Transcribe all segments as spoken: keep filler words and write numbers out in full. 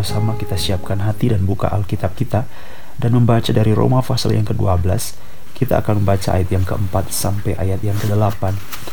sama-sama kita siapkan hati dan buka Alkitab kita dan membaca dari Roma pasal yang kedua belas. Kita akan membaca ayat yang keempat sampai ayat yang kedelapan.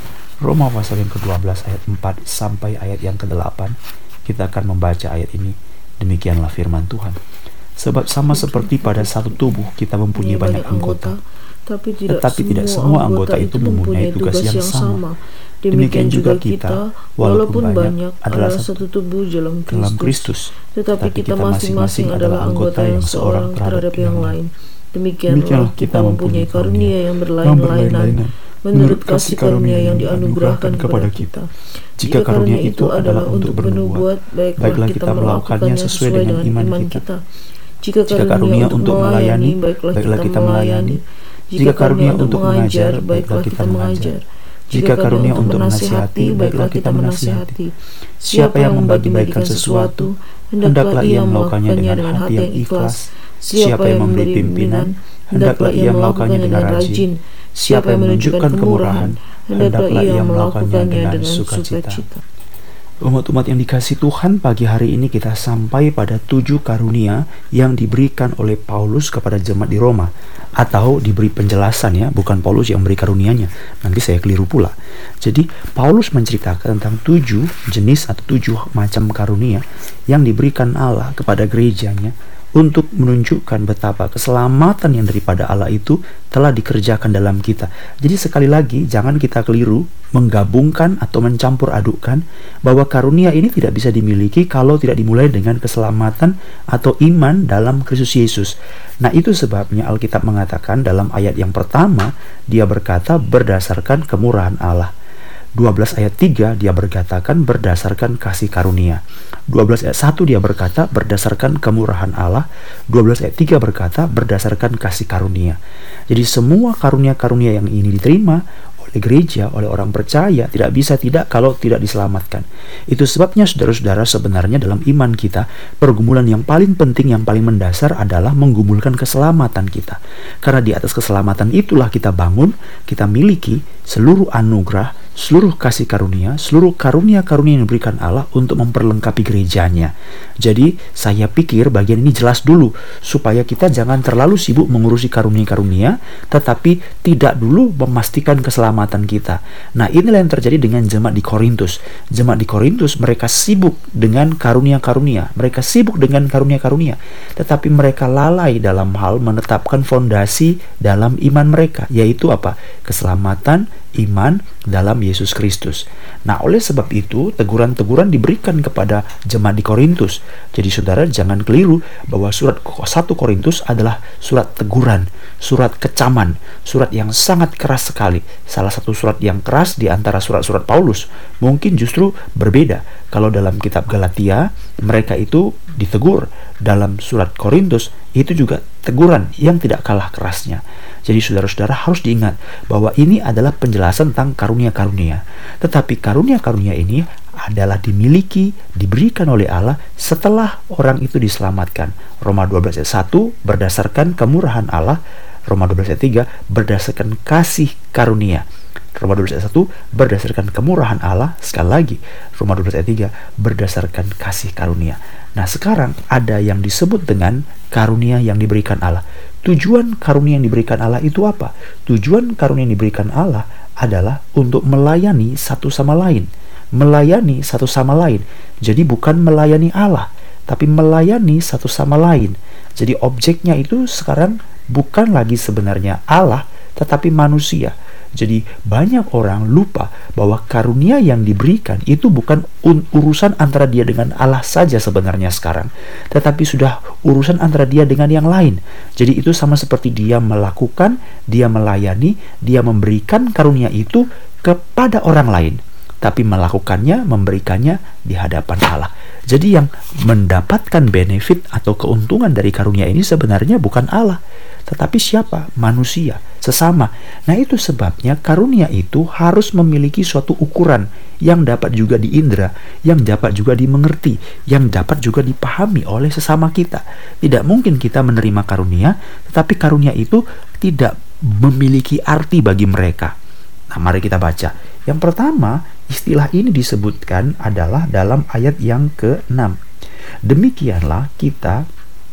Roma pasal yang kedua belas ayat empat sampai ayat yang kedelapan. Kita akan membaca ayat ini. Demikianlah firman Tuhan. Sebab sama seperti pada satu tubuh kita mempunyai banyak anggota, tapi tidak, tetapi tidak semua anggota itu mempunyai tugas yang sama. Demikian juga kita, walaupun banyak, adalah satu tubuh dalam Kristus, dalam Kristus, tetapi kita masing-masing adalah anggota yang seorang terhadap yang lain. Demikianlah kita mempunyai karunia yang berlain-lainan menurut kasih karunia yang dianugerahkan kepada kita. Jika karunia itu adalah untuk bernubuat, baiklah kita melakukannya sesuai dengan iman kita. Jika karunia untuk melayani, baiklah kita melayani. Jika karunia untuk mengajar, baiklah kita mengajar. Jika karunia untuk menasihati, baiklah kita menasihati. Siapa yang membagi-bagikan sesuatu, hendaklah ia melakukannya dengan hati yang ikhlas. Siapa yang memberi pimpinan, hendaklah ia melakukannya dengan rajin. Siapa yang menunjukkan kemurahan, hendaklah ia melakukannya dengan sukacita. Umat-umat yang dikasih Tuhan, pagi hari ini kita sampai pada tujuh karunia yang diberikan oleh Paulus kepada jemaat di Roma. Atau diberi penjelasan ya, bukan Paulus yang memberi karunianya. Nanti saya keliru pula. Jadi Paulus menceritakan tentang tujuh jenis atau tujuh macam karunia yang diberikan Allah kepada gerejanya untuk menunjukkan betapa keselamatan yang daripada Allah itu telah dikerjakan dalam kita. Jadi sekali lagi, jangan kita keliru menggabungkan atau mencampur adukkan bahwa karunia ini tidak bisa dimiliki kalau tidak dimulai dengan keselamatan atau iman dalam Kristus Yesus. Nah, itu sebabnya Alkitab mengatakan dalam ayat yang pertama, dia berkata berdasarkan kemurahan Allah. dua belas ayat tiga dia berkatakan berdasarkan kasih karunia. dua belas ayat satu dia berkata berdasarkan kemurahan Allah. dua belas ayat tiga berkata berdasarkan kasih karunia. Jadi semua karunia-karunia yang ini diterima oleh gereja, oleh orang percaya, tidak bisa tidak kalau tidak diselamatkan. Itu sebabnya saudara-saudara, sebenarnya dalam iman kita, pergumulan yang paling penting, yang paling mendasar adalah menggumulkan keselamatan kita. Karena di atas keselamatan itulah kita bangun, kita miliki seluruh anugerah, seluruh kasih karunia, seluruh karunia-karunia yang diberikan Allah untuk memperlengkapi gerejanya. Jadi saya pikir bagian ini jelas dulu, supaya kita jangan terlalu sibuk mengurusi karunia-karunia, tetapi tidak dulu memastikan keselamatan kita. Nah, inilah yang terjadi dengan jemaat di Korintus. Jemaat di Korintus, mereka sibuk dengan karunia-karunia, mereka sibuk dengan karunia-karunia, tetapi mereka lalai dalam hal menetapkan fondasi dalam iman mereka, yaitu apa? Keselamatan, iman dalam Yesus Kristus. Nah, oleh sebab itu teguran-teguran diberikan kepada jemaat di Korintus. Jadi saudara jangan keliru bahwa surat satu Korintus adalah surat teguran, surat kecaman, surat yang sangat keras sekali. Salah satu surat yang keras di antara surat-surat Paulus. Mungkin justru berbeda. Kalau dalam kitab Galatia mereka itu ditegur, dalam surat Korintus itu juga teguran yang tidak kalah kerasnya. Jadi saudara-saudara harus diingat bahwa ini adalah penjelasan tentang karunia-karunia. Tetapi karunia-karunia ini adalah dimiliki, diberikan oleh Allah setelah orang itu diselamatkan. Roma dua belas ayat satu berdasarkan kemurahan Allah. Roma dua belas ayat tiga berdasarkan kasih karunia. Roma dua belas ayat satu berdasarkan kemurahan Allah. Sekali lagi, Roma dua belas ayat tiga berdasarkan kasih karunia. Nah, sekarang ada yang disebut dengan karunia yang diberikan Allah. Tujuan karunia yang diberikan Allah itu apa? Tujuan karunia yang diberikan Allah adalah untuk melayani satu sama lain. Melayani satu sama lain. Jadi bukan melayani Allah, tapi melayani satu sama lain. Jadi objeknya itu sekarang bukan lagi sebenarnya Allah, tetapi manusia. Jadi banyak orang lupa bahwa karunia yang diberikan itu bukan urusan antara dia dengan Allah saja sebenarnya sekarang, tetapi sudah urusan antara dia dengan yang lain. Jadi itu sama seperti dia melakukan, dia melayani, dia memberikan karunia itu kepada orang lain, tapi melakukannya, memberikannya di hadapan Allah. Jadi yang mendapatkan benefit atau keuntungan dari karunia ini sebenarnya bukan Allah, tetapi siapa? Manusia, sesama. Nah, itu sebabnya karunia itu harus memiliki suatu ukuran yang dapat juga diindra, yang dapat juga dimengerti, yang dapat juga dipahami oleh sesama kita. Tidak mungkin kita menerima karunia, tetapi karunia itu tidak memiliki arti bagi mereka. Nah, mari kita baca. Yang pertama, istilah ini disebutkan adalah dalam ayat yang keenam. Demikianlah kita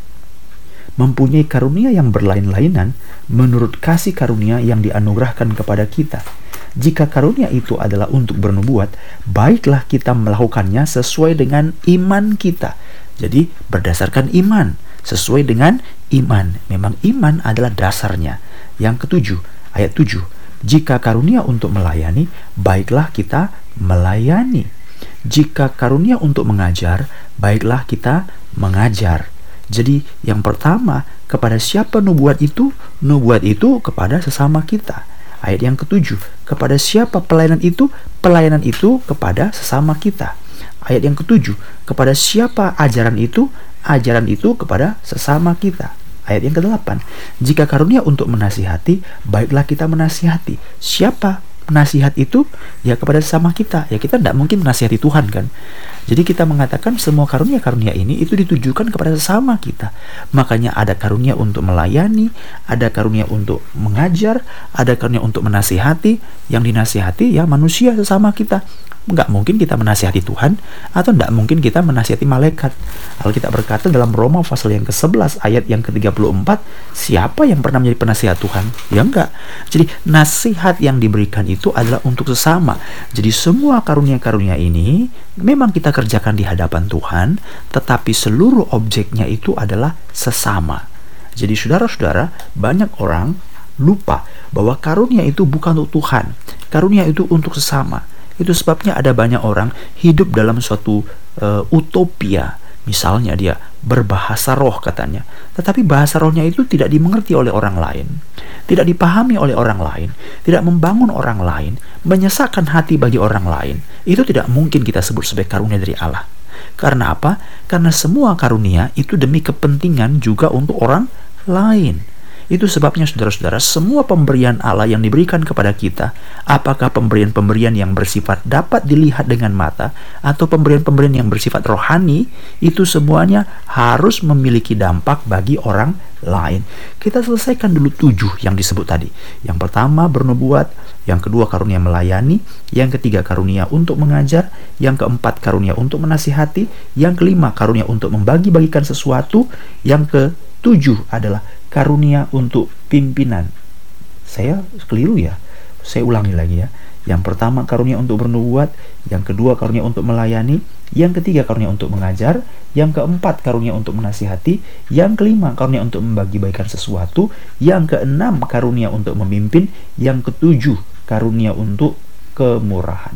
mempunyai karunia yang berlain-lainan menurut kasih karunia yang dianugerahkan kepada kita. Jika karunia itu adalah untuk bernubuat, baiklah kita melakukannya sesuai dengan iman kita. Jadi berdasarkan iman, sesuai dengan iman. Memang iman adalah dasarnya. Yang ketujuh, ayat tujuh. Jika karunia untuk melayani, baiklah kita melayani. Jika karunia untuk mengajar, baiklah kita mengajar. Jadi yang pertama, kepada siapa nubuat itu? Nubuat itu kepada sesama kita. Ayat yang ketujuh, kepada siapa pelayanan itu? Pelayanan itu kepada sesama kita. Ayat yang ketujuh, kepada siapa ajaran itu? Ajaran itu kepada sesama kita. Ayat yang kedelapan, jika karunia untuk menasihati, baiklah kita menasihati. Siapa nasihat itu? Ya kepada sesama kita. Ya kita tidak mungkin menasihati Tuhan kan. Jadi kita mengatakan semua karunia-karunia ini itu ditujukan kepada sesama kita. Makanya ada karunia untuk melayani, ada karunia untuk mengajar, ada karunia untuk menasihati. Yang dinasihati ya manusia sesama kita. Nggak mungkin kita menasihati Tuhan, atau nggak mungkin kita menasihati malaikat. Alkitab berkata dalam Roma pasal yang ke sebelas ayat yang ke tiga puluh empat, siapa yang pernah menjadi penasihat Tuhan? Ya enggak. Jadi nasihat yang diberikan itu adalah untuk sesama. Jadi semua karunia-karunia ini memang kita kerjakan di hadapan Tuhan, tetapi seluruh objeknya itu adalah sesama. Jadi saudara-saudara, banyak orang lupa bahwa karunia itu bukan untuk Tuhan. Karunia itu untuk sesama. Itu sebabnya ada banyak orang hidup dalam suatu uh, utopia. Misalnya dia berbahasa roh katanya, tetapi bahasa rohnya itu tidak dimengerti oleh orang lain, tidak dipahami oleh orang lain, tidak membangun orang lain, menyesakkan hati bagi orang lain. Itu tidak mungkin kita sebut sebagai karunia dari Allah. Karena apa? Karena semua karunia itu demi kepentingan juga untuk orang lain. Itu sebabnya saudara-saudara, semua pemberian Allah yang diberikan kepada kita, apakah pemberian-pemberian yang bersifat dapat dilihat dengan mata atau pemberian-pemberian yang bersifat rohani, itu semuanya harus memiliki dampak bagi orang lain. Kita selesaikan dulu tujuh yang disebut tadi. Yang pertama bernubuat, yang kedua karunia melayani, yang ketiga karunia untuk mengajar, yang keempat karunia untuk menasihati, yang kelima karunia untuk membagi-bagikan sesuatu, yang ketujuh adalah karunia untuk pimpinan. Saya keliru ya. Saya ulangi lagi ya. Yang pertama karunia untuk bernubuat, yang kedua karunia untuk melayani, yang ketiga karunia untuk mengajar, yang keempat karunia untuk menasihati, yang kelima karunia untuk membagi-bagikan sesuatu, yang keenam karunia untuk memimpin, yang ketujuh karunia untuk kemurahan.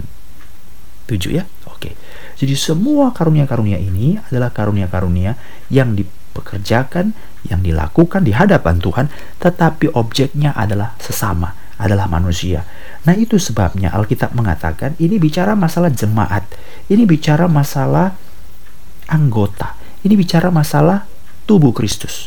Tujuh ya? Oke. Jadi semua karunia-karunia ini adalah karunia-karunia yang dipekerjakan, yang dilakukan di hadapan Tuhan, tetapi objeknya adalah sesama, adalah manusia. Nah itu sebabnya Alkitab mengatakan ini bicara masalah jemaat, ini bicara masalah anggota, ini bicara masalah tubuh Kristus,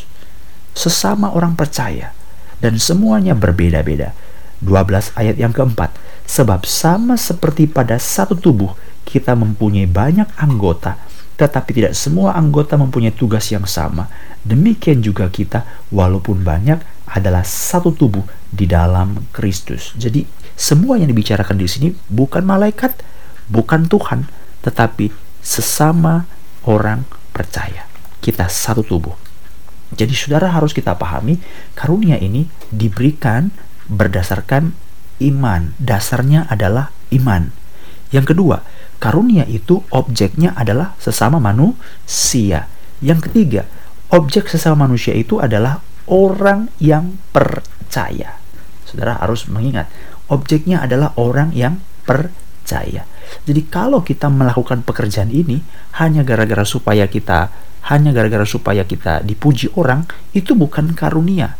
sesama orang percaya, dan semuanya berbeda-beda. dua belas ayat yang keempat, sebab sama seperti pada satu tubuh kita mempunyai banyak anggota, tetapi tidak semua anggota mempunyai tugas yang sama. Demikian juga kita, walaupun banyak, adalah satu tubuh di dalam Kristus. Jadi semua yang dibicarakan di sini bukan malaikat, bukan Tuhan, tetapi sesama orang percaya. Kita satu tubuh. Jadi saudara harus kita pahami, karunia ini diberikan berdasarkan iman. Dasarnya adalah iman. Yang kedua, karunia itu objeknya adalah sesama manusia. Yang ketiga, objek sesama manusia itu adalah orang yang percaya. Saudara harus mengingat, objeknya adalah orang yang percaya. Jadi kalau kita melakukan pekerjaan ini hanya gara-gara supaya kita hanya gara-gara supaya kita dipuji orang, itu bukan karunia.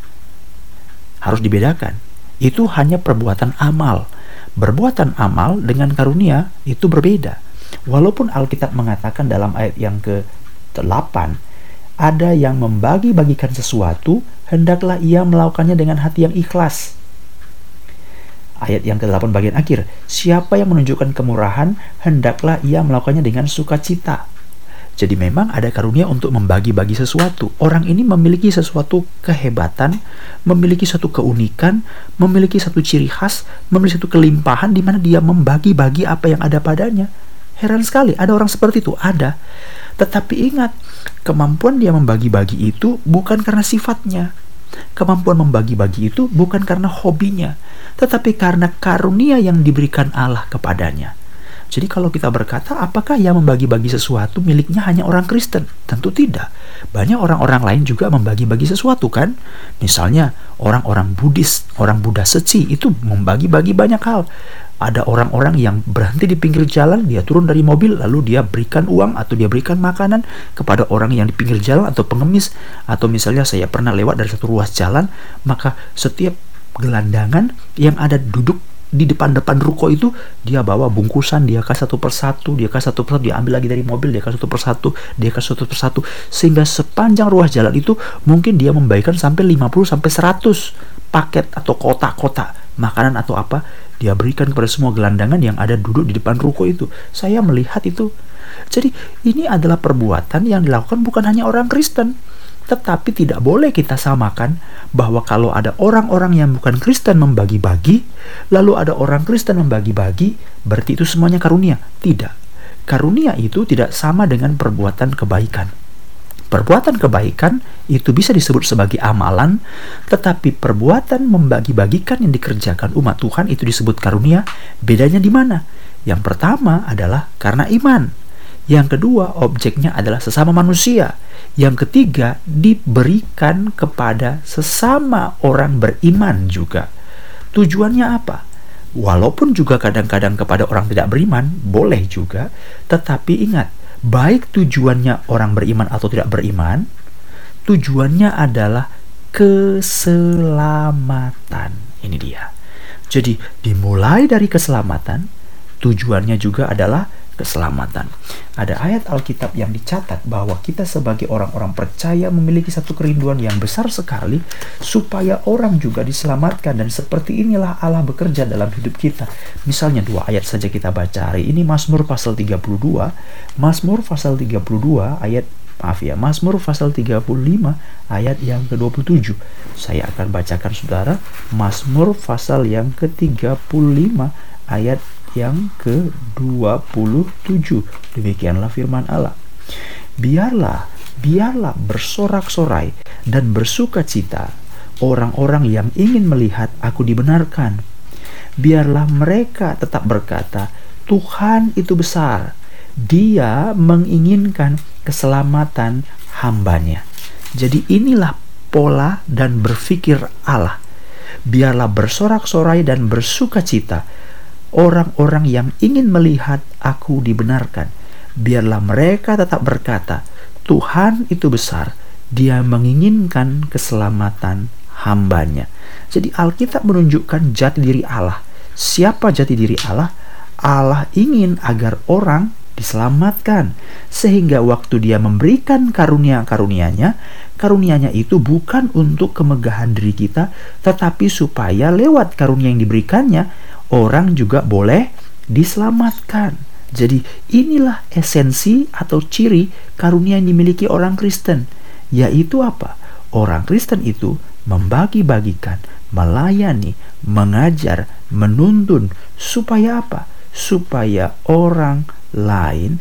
Harus dibedakan. Itu hanya perbuatan amal. Perbuatan amal dengan karunia itu berbeda. Walaupun Alkitab mengatakan dalam ayat yang ke delapan, ada yang membagi-bagikan sesuatu, hendaklah ia melakukannya dengan hati yang ikhlas. Ayat yang ke delapan bagian akhir, siapa yang menunjukkan kemurahan, hendaklah ia melakukannya dengan sukacita. Jadi memang ada karunia untuk membagi-bagi sesuatu. Orang ini memiliki sesuatu kehebatan, memiliki satu keunikan, memiliki satu ciri khas, memiliki satu kelimpahan di mana dia membagi-bagi apa yang ada padanya. Heran sekali, ada orang seperti itu, ada. Tetapi ingat, kemampuan dia membagi-bagi itu bukan karena sifatnya. Kemampuan membagi-bagi itu bukan karena hobinya, tetapi karena karunia yang diberikan Allah kepadanya. Jadi kalau kita berkata, apakah yang membagi-bagi sesuatu miliknya hanya orang Kristen? Tentu tidak. Banyak orang-orang lain juga membagi-bagi sesuatu kan. Misalnya orang-orang Buddhis, orang Buddha Seci itu membagi-bagi banyak hal. Ada orang-orang yang berhenti di pinggir jalan, dia turun dari mobil, lalu dia berikan uang atau dia berikan makanan kepada orang yang di pinggir jalan atau pengemis. Atau misalnya saya pernah lewat dari satu ruas jalan, maka setiap gelandangan yang ada duduk di depan-depan ruko itu, dia bawa bungkusan, dia kasih satu persatu, dia kasih satu persatu, dia ambil lagi dari mobil, dia kasih satu persatu, dia kasih satu persatu, sehingga sepanjang ruas jalan itu mungkin dia membagikan sampai lima puluh sampai seratus paket atau kotak-kotak makanan atau apa, dia berikan kepada semua gelandangan yang ada duduk di depan ruko itu. Saya melihat itu. Jadi ini adalah perbuatan yang dilakukan bukan hanya orang Kristen. Tetapi tidak boleh kita samakan bahwa kalau ada orang-orang yang bukan Kristen membagi-bagi, lalu ada orang Kristen membagi-bagi, berarti itu semuanya karunia. Tidak. Karunia itu tidak sama dengan perbuatan kebaikan. Perbuatan kebaikan itu bisa disebut sebagai amalan, tetapi perbuatan membagi-bagikan yang dikerjakan umat Tuhan itu disebut karunia. Bedanya di mana? Yang pertama adalah karena iman. Yang kedua, objeknya adalah sesama manusia. Yang ketiga, diberikan kepada sesama orang beriman juga. Tujuannya apa? Walaupun juga kadang-kadang kepada orang tidak beriman, boleh juga. Tetapi ingat, baik tujuannya orang beriman atau tidak beriman, tujuannya adalah keselamatan. Ini dia. Jadi dimulai dari keselamatan, tujuannya juga adalah keselamatan. Ada ayat Alkitab yang dicatat bahwa kita sebagai orang-orang percaya memiliki satu kerinduan yang besar sekali supaya orang juga diselamatkan, dan seperti inilah Allah bekerja dalam hidup kita. Misalnya dua ayat saja kita baca hari ini, Mazmur pasal tiga puluh dua, Mazmur pasal tiga puluh dua ayat maaf ya, Mazmur pasal tiga puluh lima ayat yang ke dua puluh tujuh. Saya akan bacakan saudara, Mazmur pasal yang ke tiga puluh lima ayat yang ke dua puluh tujuh. Demikianlah firman Allah. Biarlah, biarlah bersorak-sorai dan bersukacita orang-orang yang ingin melihat aku dibenarkan. Biarlah mereka tetap berkata, Tuhan itu besar. Dia menginginkan keselamatan hambanya. Jadi inilah pola dan berpikir Allah. Biarlah bersorak-sorai dan bersukacita orang-orang yang ingin melihat aku dibenarkan. Biarlah mereka tetap berkata, Tuhan itu besar. Dia menginginkan keselamatan hambanya. Jadi Alkitab menunjukkan jati diri Allah. Siapa jati diri Allah? Allah ingin agar orang diselamatkan, sehingga waktu dia memberikan karunia-karunianya, karunianya itu bukan untuk kemegahan diri kita, tetapi supaya lewat karunia yang diberikannya, orang juga boleh diselamatkan. Jadi inilah esensi atau ciri karunia yang dimiliki orang Kristen, yaitu apa? Orang Kristen itu membagi-bagikan, melayani, mengajar, menuntun, supaya apa? Supaya orang lain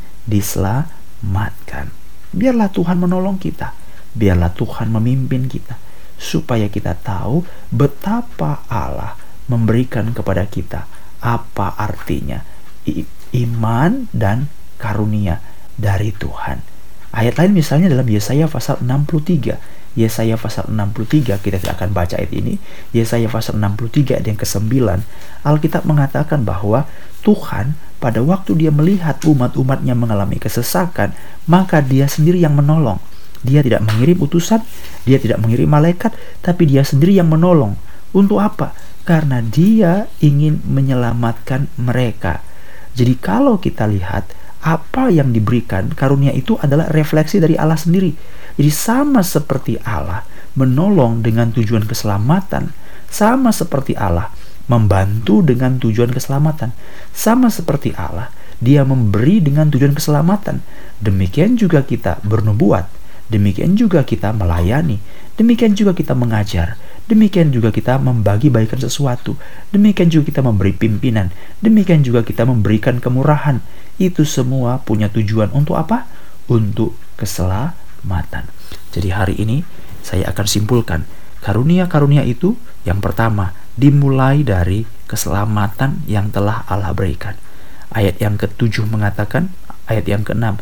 diselamatkan. Biarlah Tuhan menolong kita, biarlah Tuhan memimpin kita, supaya kita tahu betapa Allah memberikan kepada kita apa artinya I- iman dan karunia dari Tuhan. Ayat lain misalnya dalam Yesaya pasal enam puluh tiga. Yesaya pasal enam puluh tiga, kita tidak akan baca ayat ini. Yesaya pasal enam puluh tiga ayat yang kesembilan, Alkitab mengatakan bahwa Tuhan pada waktu dia melihat umat-umatnya mengalami kesesakan, maka dia sendiri yang menolong. Dia tidak mengirim utusan, dia tidak mengirim malaikat, tapi dia sendiri yang menolong. Untuk apa? Karena dia ingin menyelamatkan mereka. Jadi kalau kita lihat, apa yang diberikan karunia itu adalah refleksi dari Allah sendiri. Jadi sama seperti Allah menolong dengan tujuan keselamatan, sama seperti Allah membantu dengan tujuan keselamatan, sama seperti Allah dia memberi dengan tujuan keselamatan. Demikian juga kita bernubuat, demikian juga kita melayani, demikian juga kita mengajar, demikian juga kita membagi-bagikan sesuatu, demikian juga kita memberi pimpinan, demikian juga kita memberikan kemurahan. Itu semua punya tujuan untuk apa? Untuk keselamatan. Jadi hari ini saya akan simpulkan, karunia-karunia itu yang pertama dimulai dari keselamatan yang telah Allah berikan. Ayat yang ketujuh mengatakan, ayat yang keenam,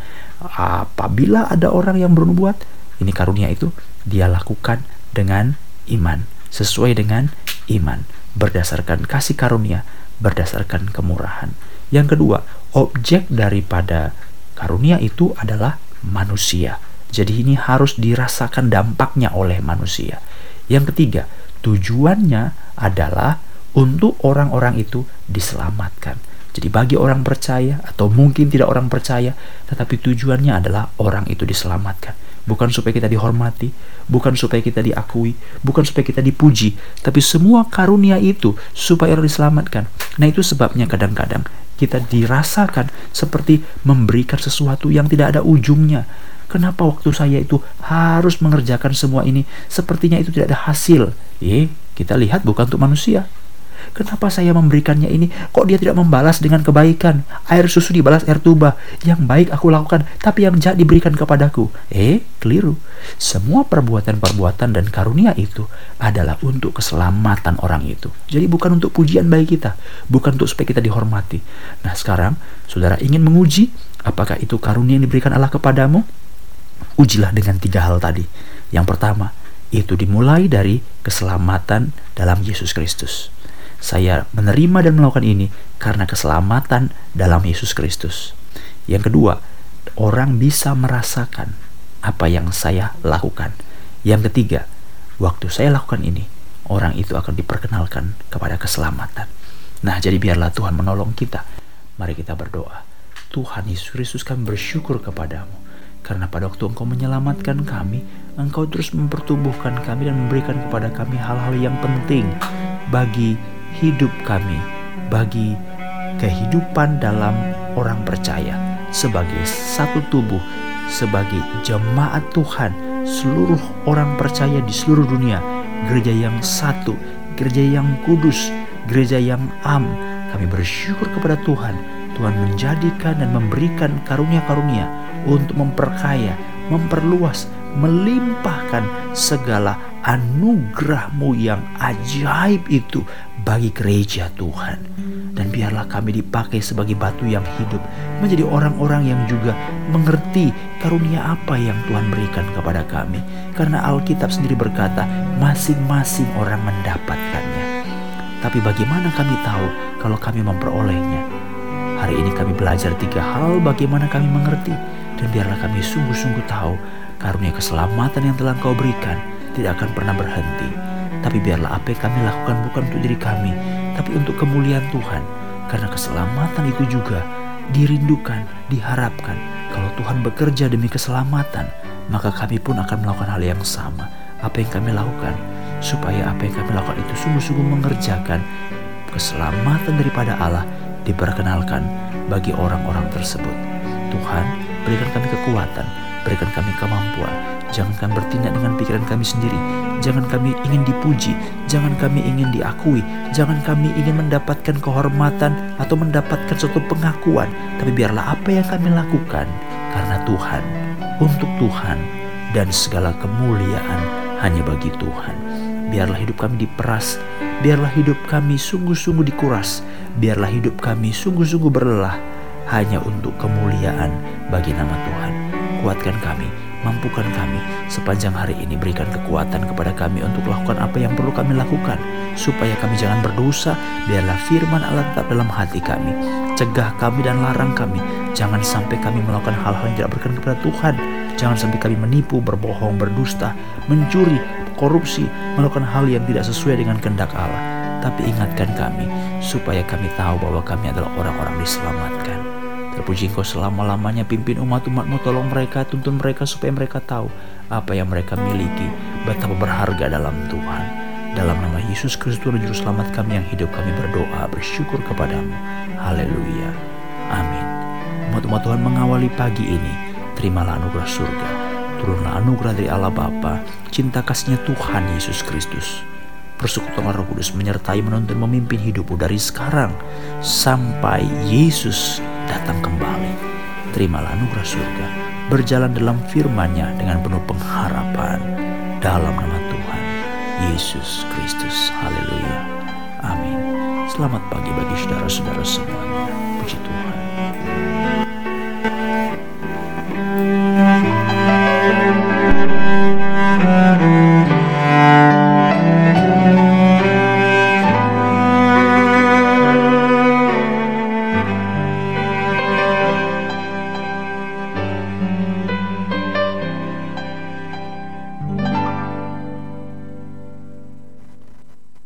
apabila ada orang yang bernubuat, ini karunia itu dia lakukan dengan iman, sesuai dengan iman, berdasarkan kasih karunia, berdasarkan kemurahan. Yang kedua, objek daripada karunia itu adalah manusia. Jadi ini harus dirasakan dampaknya oleh manusia. Yang ketiga, tujuannya adalah untuk orang-orang itu diselamatkan. Jadi bagi orang percaya atau mungkin tidak orang percaya, tetapi tujuannya adalah orang itu diselamatkan. Bukan supaya kita dihormati, bukan supaya kita diakui, bukan supaya kita dipuji, tapi semua karunia itu supaya orang diselamatkan. Nah, itu sebabnya kadang-kadang kita dirasakan seperti memberikan sesuatu yang tidak ada ujungnya. Kenapa waktu saya itu harus mengerjakan semua ini? Sepertinya itu tidak ada hasil. Eh, kita lihat bukan untuk manusia. Kenapa saya memberikannya ini? Kok dia tidak membalas dengan kebaikan? Air susu dibalas air tuba. Yang baik aku lakukan, tapi yang jahat diberikan kepadaku. Eh, keliru. Semua perbuatan-perbuatan dan karunia itu adalah untuk keselamatan orang itu. Jadi bukan untuk pujian bagi kita, bukan untuk supaya kita dihormati. Nah, sekarang saudara ingin menguji apakah itu karunia yang diberikan Allah kepadamu? Ujilah dengan tiga hal tadi. Yang pertama, itu dimulai dari keselamatan dalam Yesus Kristus. Saya menerima dan melakukan ini karena keselamatan dalam Yesus Kristus. Yang kedua, orang bisa merasakan apa yang saya lakukan. Yang ketiga, waktu saya lakukan ini, orang itu akan diperkenalkan kepada keselamatan. Nah, jadi biarlah Tuhan menolong kita. Mari kita berdoa. Tuhan Yesus Kristus, kami bersyukur kepadamu, karena pada waktu Engkau menyelamatkan kami, Engkau terus mempertumbuhkan kami dan memberikan kepada kami hal-hal yang penting bagi hidup kami, bagi kehidupan dalam orang percaya, sebagai satu tubuh, sebagai jemaat Tuhan, seluruh orang percaya di seluruh dunia, gereja yang satu, gereja yang kudus, gereja yang am. Kami bersyukur kepada Tuhan. Tuhan menjadikan dan memberikan karunia-karunia untuk memperkaya, memperluas, melimpahkan segala anugerah-Mu yang ajaib itu bagi gereja Tuhan. Dan biarlah kami dipakai sebagai batu yang hidup, menjadi orang-orang yang juga mengerti karunia apa yang Tuhan berikan kepada kami. Karena Alkitab sendiri berkata, masing-masing orang mendapatkannya. Tapi bagaimana kami tahu kalau kami memperolehnya? Hari ini kami belajar tiga hal bagaimana kami mengerti. Dan biarlah kami sungguh-sungguh tahu karunia keselamatan yang telah Engkau berikan tidak akan pernah berhenti. Tapi biarlah apa yang kami lakukan bukan untuk diri kami, tapi untuk kemuliaan Tuhan. Karena keselamatan itu juga dirindukan, diharapkan. Kalau Tuhan bekerja demi keselamatan, maka kami pun akan melakukan hal yang sama. Apa yang kami lakukan, supaya apa yang kami lakukan itu sungguh-sungguh mengerjakan keselamatan daripada Allah diperkenalkan bagi orang-orang tersebut. Tuhan, berikan kami kekuatan, berikan kami kemampuan. Jangan kami bertindak dengan pikiran kami sendiri. Jangan kami ingin dipuji, jangan kami ingin diakui, jangan kami ingin mendapatkan kehormatan atau mendapatkan suatu pengakuan. Tapi biarlah apa yang kami lakukan karena Tuhan, untuk Tuhan, dan segala kemuliaan hanya bagi Tuhan. Biarlah hidup kami diperas, biarlah hidup kami sungguh-sungguh dikuras, biarlah hidup kami sungguh-sungguh berlelah hanya untuk kemuliaan bagi nama Tuhan. Kuatkan kami, mampukan kami sepanjang hari ini. Berikan kekuatan kepada kami untuk melakukan apa yang perlu kami lakukan, supaya kami jangan berdosa. Biarlah firman Allah tetap dalam hati kami. Cegah kami dan larang kami. Jangan sampai kami melakukan hal-hal yang tidak berkenan kepada Tuhan. Jangan sampai kami menipu, berbohong, berdusta, mencuri, korupsi, melakukan hal yang tidak sesuai dengan kehendak Allah. Tapi ingatkan kami, supaya kami tahu bahwa kami adalah orang-orang diselamatkan. Terpuji Engkau selama-lamanya. Pimpin umat-umat-Mu, tolong mereka, tuntun mereka supaya mereka tahu apa yang mereka miliki, betapa berharga dalam Tuhan. Dalam nama Yesus Kristus Tuhan Juru Selamat kami yang hidup, kami berdoa bersyukur kepadamu. Haleluya. Amin. Umat-umat Tuhan mengawali pagi ini, terimalah anugerah surga. Turunlah anugerah dari Allah Bapa, cinta kasihnya Tuhan Yesus Kristus, persekutuan Roh Kudus menyertai, menuntun, memimpin hidupmu dari sekarang sampai Yesus datang kembali. Terimalah anugerah surga, berjalan dalam firman-Nya dengan penuh pengharapan dalam nama Tuhan Yesus Kristus. Haleluya. Amin. Selamat pagi bagi saudara-saudara semuanya.